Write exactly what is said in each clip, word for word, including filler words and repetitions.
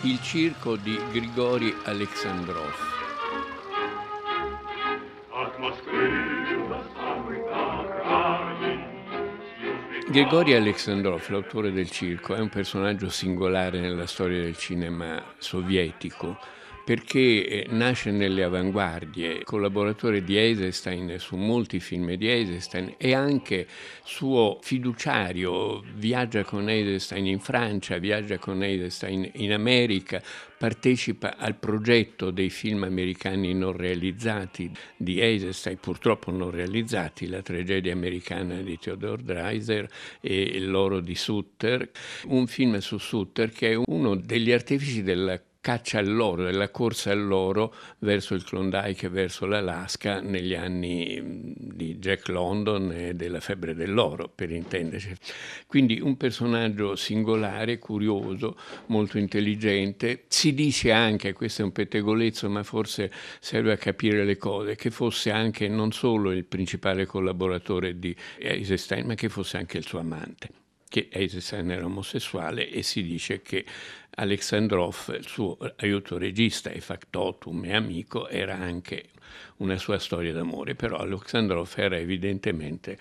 Il circo di Grigori Aleksandrov. Grigori Aleksandrov, l'autore del circo, è un personaggio singolare nella storia del cinema sovietico, perché nasce nelle avanguardie, collaboratore di Eisenstein su molti film di Eisenstein e anche suo fiduciario, viaggia con Eisenstein in Francia, viaggia con Eisenstein in America, partecipa al progetto dei film americani non realizzati di Eisenstein, purtroppo non realizzati, La tragedia americana di Theodore Dreiser e L'oro di Sutter, un film su Sutter che è uno degli artefici della caccia all'oro, della corsa all'oro verso il Klondike e verso l'Alaska negli anni di Jack London e della febbre dell'oro, per intenderci. Quindi un personaggio singolare, curioso, molto intelligente. Si dice anche, questo è un pettegolezzo, ma forse serve a capire le cose, che fosse anche non solo il principale collaboratore di Eisenstein, ma che fosse anche il suo amante, che Eisenstein era omosessuale e si dice che Aleksandrov, il suo aiuto regista e factotum e amico, era anche una sua storia d'amore, però Aleksandrov era evidentemente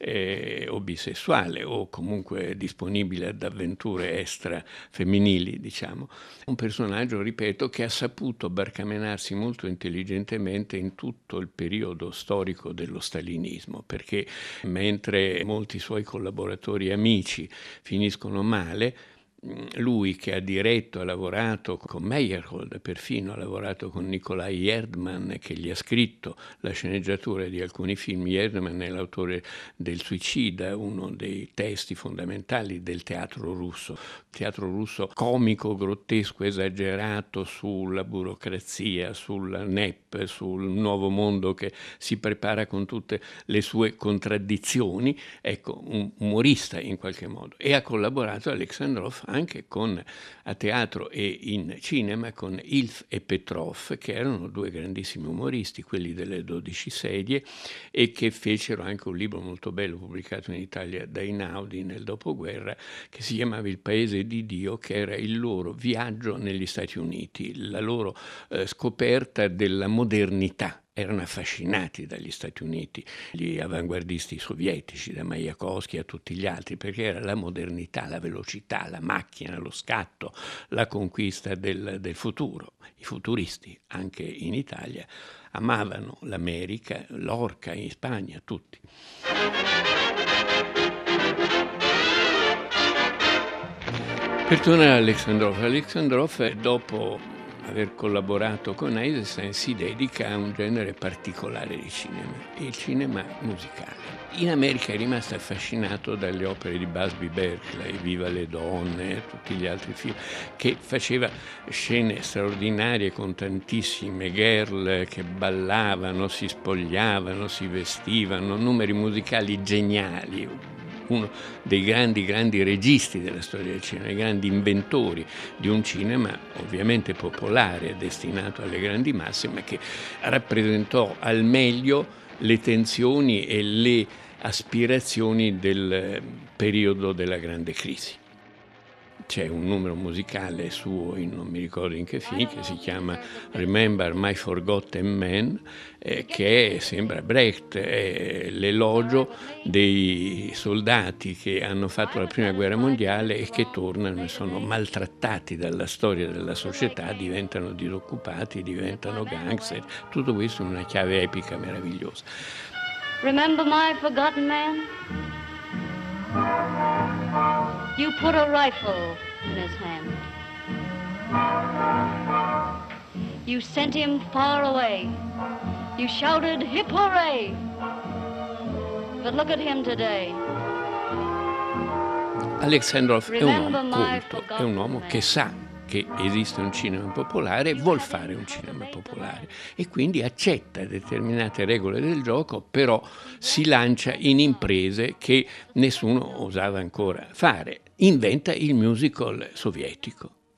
eh, o bisessuale o comunque disponibile ad avventure extra femminili, diciamo. Un personaggio, ripeto, che ha saputo barcamenarsi molto intelligentemente in tutto il periodo storico dello stalinismo, perché mentre molti suoi collaboratori e amici finiscono male, lui che ha diretto, ha lavorato con Meyerhold, perfino ha lavorato con Nikolai Erdmann, che gli ha scritto la sceneggiatura di alcuni film. Erdmann è l'autore del Suicida, uno dei testi fondamentali del teatro russo. Teatro russo comico, grottesco, esagerato sulla burocrazia, sul N E P, sul nuovo mondo che si prepara con tutte le sue contraddizioni. Ecco, un umorista in qualche modo. E ha collaborato Aleksandrov anche con, a teatro e in cinema con Ilf e Petrov, che erano due grandissimi umoristi, quelli delle dodici sedie, e che fecero anche un libro molto bello pubblicato in Italia da Einaudi nel dopoguerra, che si chiamava Il paese di Dio, che era il loro viaggio negli Stati Uniti, la loro eh, scoperta della modernità. Erano affascinati dagli Stati Uniti, gli avanguardisti sovietici, da Majakovskij a tutti gli altri, perché era la modernità, la velocità, la macchina, lo scatto, la conquista del, del futuro. I futuristi, anche in Italia, amavano l'America, Lorca in Spagna, tutti. Per tornare a Aleksandrov, Aleksandrov dopo aver collaborato con Eisenstein si dedica a un genere particolare di cinema, il cinema musicale. In America è rimasto affascinato dalle opere di Busby Berkeley, Viva le donne e tutti gli altri film, che faceva scene straordinarie con tantissime girl che ballavano, si spogliavano, si vestivano, numeri musicali geniali. Uno dei grandi, grandi registi della storia del cinema, i grandi inventori di un cinema ovviamente popolare, destinato alle grandi masse, ma che rappresentò al meglio le tensioni e le aspirazioni del periodo della grande crisi. C'è un numero musicale suo, in, non mi ricordo in che film, che si chiama Remember My Forgotten Man, eh, che sembra Brecht, è l'elogio dei soldati che hanno fatto la prima guerra mondiale e che tornano e sono maltrattati dalla storia della società, diventano disoccupati, diventano gangster, tutto questo in una chiave epica meravigliosa. Remember my forgotten man? You put a rifle in his hand. You sent him far away. You shouted, hip hooray! But look at him today. Aleksandrov è un uomo colto, è un uomo che sa che esiste un cinema popolare, vuol fare un cinema popolare e quindi accetta determinate regole del gioco, però si lancia in imprese che nessuno osava ancora fare. Inventa il musical sovietico,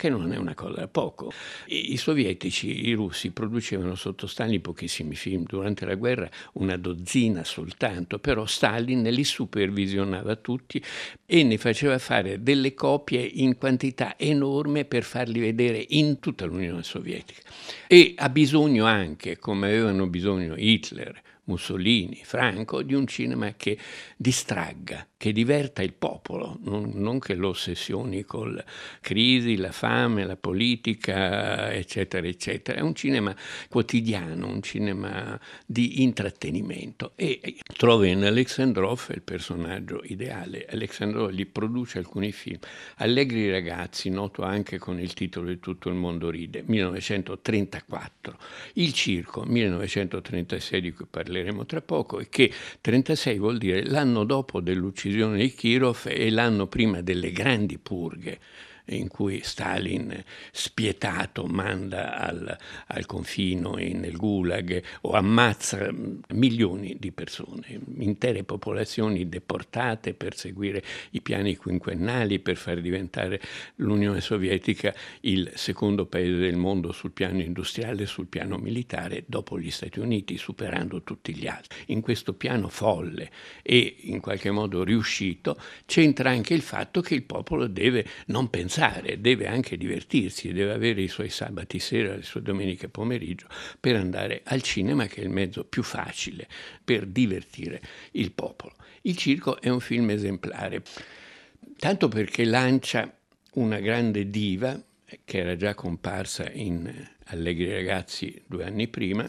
che non è una cosa da poco. I, i sovietici, i russi, producevano sotto Stalin pochissimi film, durante la guerra una dozzina soltanto, però Stalin li supervisionava tutti e ne faceva fare delle copie in quantità enorme per farli vedere in tutta l'Unione Sovietica. E ha bisogno anche, come avevano bisogno Hitler, Mussolini, Franco, di un cinema che distragga, che diverta il popolo, non, non che lo ossessioni con la crisi, la fame, la politica, eccetera, eccetera. È un cinema quotidiano, un cinema di intrattenimento. E trova in Alexandrov il personaggio ideale. Alexandrov gli produce alcuni film. Allegri ragazzi, noto anche con il titolo di Tutto il mondo ride, millenovecentotrentaquattro. Il circo, millenovecentotrentasei, di cui parleremo tra poco, e che trentasei vuol dire l'anno dopo dell'uccisione di Kirov e l'anno prima delle grandi purghe, in cui Stalin, spietato, manda al, al confino e nel gulag o ammazza milioni di persone, intere popolazioni deportate per seguire i piani quinquennali, per far diventare l'Unione Sovietica il secondo paese del mondo sul piano industriale e sul piano militare dopo gli Stati Uniti, superando tutti gli altri. In questo piano folle e in qualche modo riuscito c'entra anche il fatto che il popolo deve non pensare, deve anche divertirsi, deve avere i suoi sabati sera, le sue domeniche pomeriggio per andare al cinema, che è il mezzo più facile per divertire il popolo. Il circo è un film esemplare, tanto perché lancia una grande diva che era già comparsa in Allegri ragazzi due anni prima,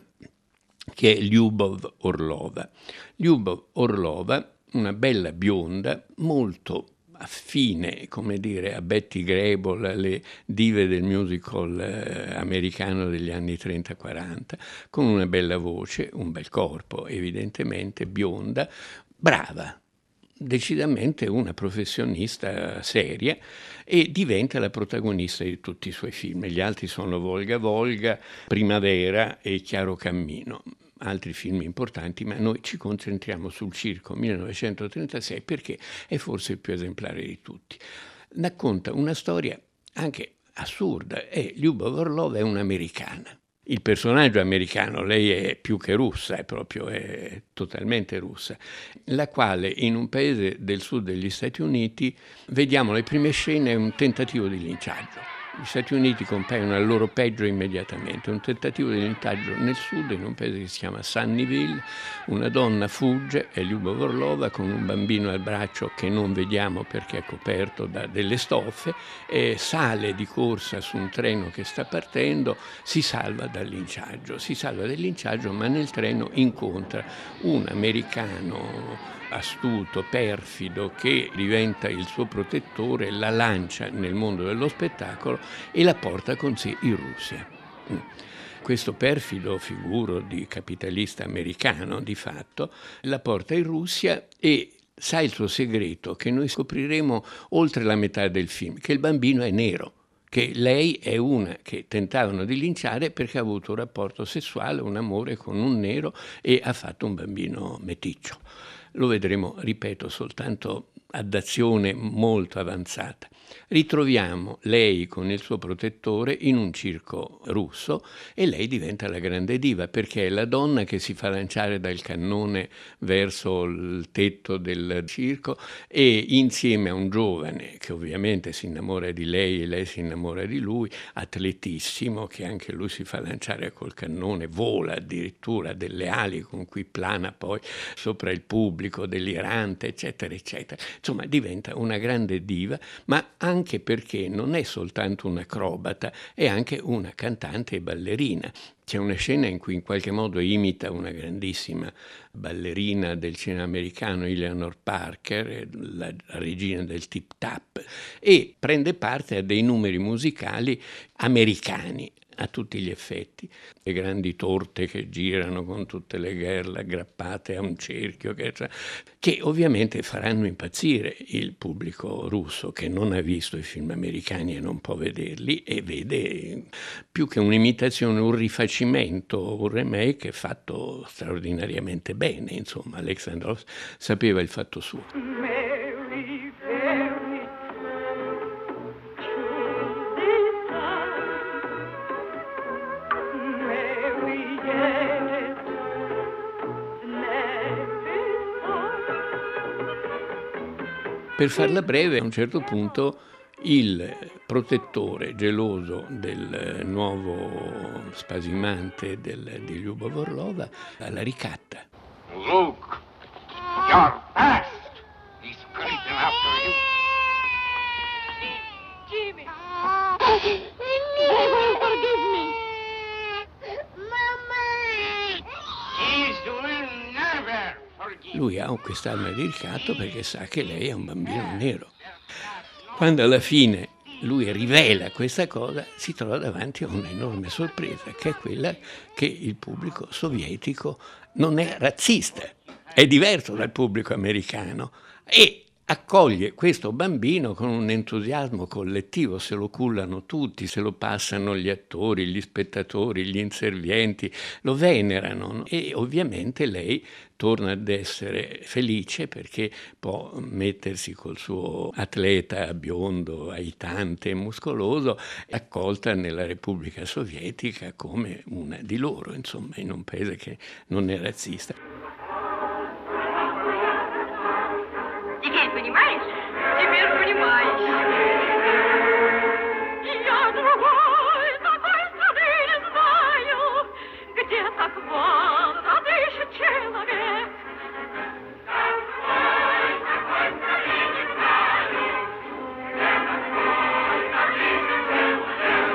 che è Lyubov Orlova. Lyubov Orlova, una bella bionda, molto affine, come dire, a Betty Grable, alle dive del musical eh, americano degli anni trenta quaranta, con una bella voce, un bel corpo, evidentemente, bionda, brava, decisamente una professionista seria, e diventa la protagonista di tutti i suoi film. Gli altri sono Volga Volga, Primavera e Chiaro Cammino. Altri film importanti, ma noi ci concentriamo sul circo millenovecentotrentasei perché è forse il più esemplare di tutti. Racconta una storia anche assurda, e Lyubov Orlova è un'americana. Il personaggio è americano, lei è più che russa, è proprio è totalmente russa, la quale in un paese del sud degli Stati Uniti, vediamo le prime scene, un tentativo di linciaggio. Gli Stati Uniti compaiono al loro peggio immediatamente, un tentativo di linciaggio nel sud, in un paese che si chiama Sunnyvale. Una donna fugge, è Lyubov Orlova, con un bambino al braccio che non vediamo perché è coperto da delle stoffe, e sale di corsa su un treno che sta partendo, si salva dal linciaggio, si salva dal linciaggio, ma nel treno incontra un americano astuto, perfido, che diventa il suo protettore, la lancia nel mondo dello spettacolo e la porta con sé in Russia. Questo perfido figuro di capitalista americano, di fatto, la porta in Russia e sa il suo segreto, che noi scopriremo oltre la metà del film, che il bambino è nero, che lei è una che tentavano di linciare perché ha avuto un rapporto sessuale, un amore con un nero e ha fatto un bambino meticcio. Lo vedremo, ripeto, soltanto ad azione molto avanzata. Ritroviamo lei con il suo protettore in un circo russo e lei diventa la grande diva, perché è la donna che si fa lanciare dal cannone verso il tetto del circo, e insieme a un giovane che ovviamente si innamora di lei e lei si innamora di lui, atletissimo, che anche lui si fa lanciare col cannone, vola addirittura, delle ali con cui plana poi sopra il pubblico, delirante, eccetera, eccetera. Insomma, diventa una grande diva, ma anche perché non è soltanto un'acrobata, è anche una cantante e ballerina. C'è una scena in cui in qualche modo imita una grandissima ballerina del cinema americano, Eleanor Parker, la regina del tip tap, e prende parte a dei numeri musicali americani a tutti gli effetti. Le grandi torte che girano con tutte le girl aggrappate a un cerchio, che, che ovviamente faranno impazzire il pubblico russo, che non ha visto i film americani e non può vederli, e vede più che un'imitazione, un rifacimento, un remake fatto straordinariamente bene. Insomma, Alexandrov sapeva il fatto suo. Mary, Mary, Per farla breve, a un certo punto il protettore geloso del nuovo spasimante del, di Lyubov Orlova la ricatta. Luke, you're fast. He's creeping after you. Jimmy. They will forgive me. He will never forgive. Lui ha quest'arma di ricatto perché sa che lei è un bambino nero. Quando alla fine lui rivela questa cosa, si trova davanti a un'enorme sorpresa, che è quella che il pubblico sovietico non è razzista, è diverso dal pubblico americano e accoglie questo bambino con un entusiasmo collettivo, se lo cullano tutti, se lo passano gli attori, gli spettatori, gli inservienti, lo venerano e ovviamente lei torna ad essere felice perché può mettersi col suo atleta biondo, aitante e muscoloso, accolta nella Repubblica Sovietica come una di loro, insomma, in un paese che non è razzista. Теперь понимаешь? Теперь понимаешь. Я другой такой страны не знаю, где так волно дышит человек. Такой, такой страны не знаю, где так волно дышит человек.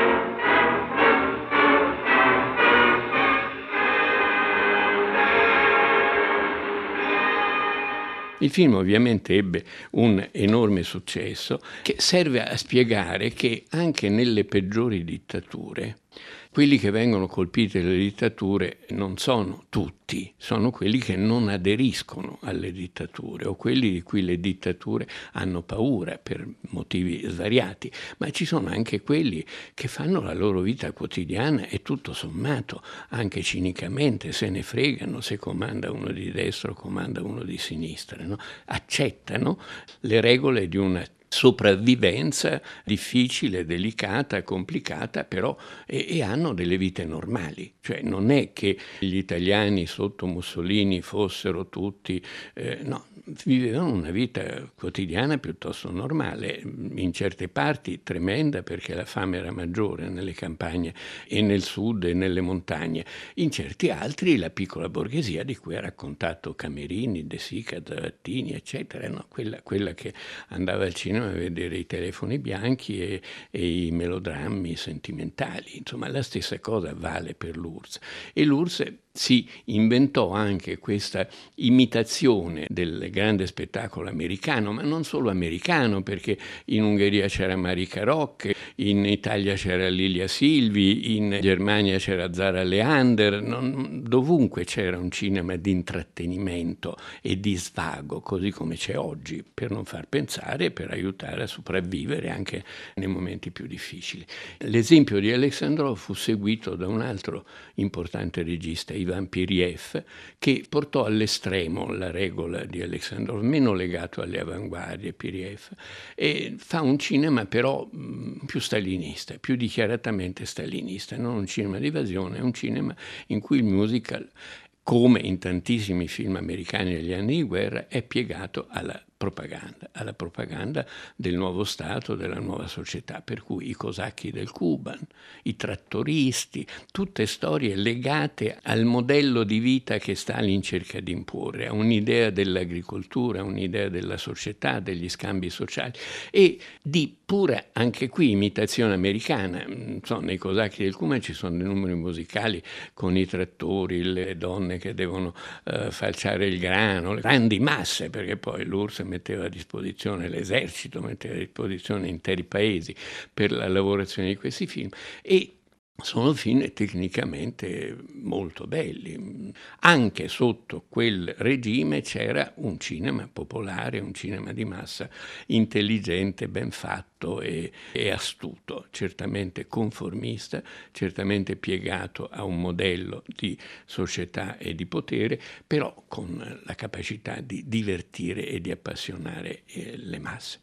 Il film ovviamente ebbe un enorme successo che serve a spiegare che anche nelle peggiori dittature quelli che vengono colpiti dalle dittature non sono tutti, sono quelli che non aderiscono alle dittature o quelli di cui le dittature hanno paura per motivi svariati, ma ci sono anche quelli che fanno la loro vita quotidiana e tutto sommato, anche cinicamente, se ne fregano se comanda uno di destra o comanda uno di sinistra, no? Accettano le regole di una sopravvivenza difficile, delicata, complicata, però e, e hanno delle vite normali. Cioè non è che gli italiani sotto Mussolini fossero tutti, eh, no, vivevano una vita quotidiana piuttosto normale, in certe parti tremenda perché la fame era maggiore nelle campagne e nel sud e nelle montagne, in certi altri la piccola borghesia di cui ha raccontato Camerini, De Sica, Zavattini, eccetera, no? quella, quella che andava al cinema a vedere i telefoni bianchi e, e i melodrammi sentimentali. Insomma, la stessa cosa vale per l'U R S S. E l'U R S S si inventò anche questa imitazione del grande spettacolo americano, ma non solo americano, perché in Ungheria c'era Marika Rock, in Italia c'era Lilia Silvi, in Germania c'era Zara Leander, non, dovunque c'era un cinema di intrattenimento e di svago, così come c'è oggi, per non far pensare e per aiutare a sopravvivere anche nei momenti più difficili. L'esempio di Alexandrov fu seguito da un altro importante regista, Ivan Piriev, che portò all'estremo la regola di Alexandrov, meno legato alle avanguardie, Piriev, e fa un cinema però mh, più stalinista, più dichiaratamente stalinista, non un cinema di evasione, è un cinema in cui il musical, come in tantissimi film americani negli anni di guerra, è piegato alla propaganda, alla propaganda del nuovo Stato, della nuova società, per cui i cosacchi del Kuban, i trattoristi, tutte storie legate al modello di vita che Stalin cerca di imporre, a un'idea dell'agricoltura, un'idea della società, degli scambi sociali e di pura, anche qui, imitazione americana. So, nei cosacchi del Kuban ci sono dei numeri musicali con i trattori, le donne che devono uh, falciare il grano, le grandi masse, perché poi l'U R S S metteva a disposizione l'esercito, metteva a disposizione interi paesi per la lavorazione di questi film e sono film tecnicamente molto belli. Anche sotto quel regime c'era un cinema popolare, un cinema di massa intelligente, ben fatto e, e astuto, certamente conformista, certamente piegato a un modello di società e di potere, però con la capacità di divertire e di appassionare eh, le masse.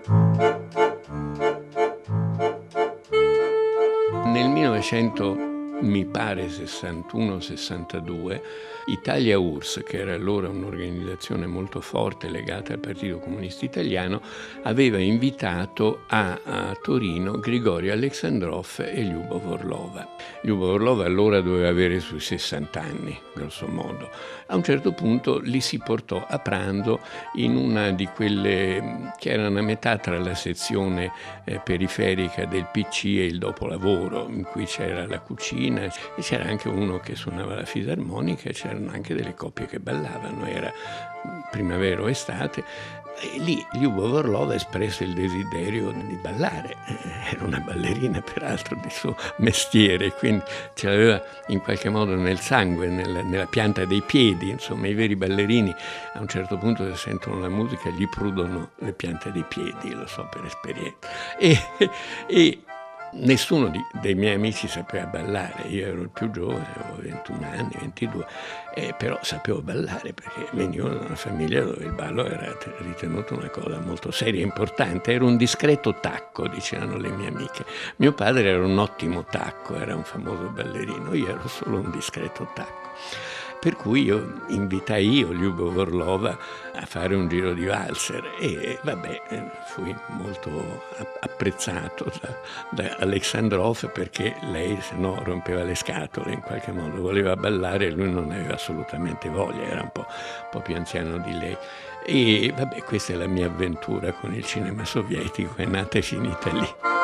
Nel millenovecentottantaquattro mi pare sessantuno sessantadue, Italia U R S S, che era allora un'organizzazione molto forte legata al Partito Comunista Italiano, aveva invitato a, a Torino Grigorio Aleksandrov e Lyubov Orlova. Lyubov Orlova allora doveva avere sui sessanta anni, grosso modo. A un certo punto li si portò a pranzo in una di quelle che erano a metà tra la sezione eh, periferica del P C e il dopolavoro, in cui c'era la cucina e c'era anche uno che suonava la fisarmonica e c'erano anche delle coppie che ballavano, era primavera o estate. E lì Lyubov Orlova espresse il desiderio di ballare, era una ballerina peraltro di suo mestiere, quindi ce l'aveva in qualche modo nel sangue, nella, nella pianta dei piedi, insomma i veri ballerini a un certo punto se sentono la musica gli prudono le piante dei piedi, lo so per esperienza. E, e nessuno di, dei miei amici sapeva ballare, io ero il più giovane, avevo ventuno anni, ventidue, eh, però sapevo ballare perché venivo da una famiglia dove il ballo era ritenuto una cosa molto seria e importante, ero un discreto tacco, dicevano le mie amiche. Mio padre era un ottimo tacco, era un famoso ballerino, io ero solo un discreto tacco. Per cui io invitai io Lyubov Orlova a fare un giro di valzer e vabbè, fui molto apprezzato da, da Aleksandrov perché lei se no rompeva le scatole in qualche modo, voleva ballare e lui non aveva assolutamente voglia, era un po', un po' più anziano di lei. E vabbè, questa è la mia avventura con il cinema sovietico, è nata e finita lì.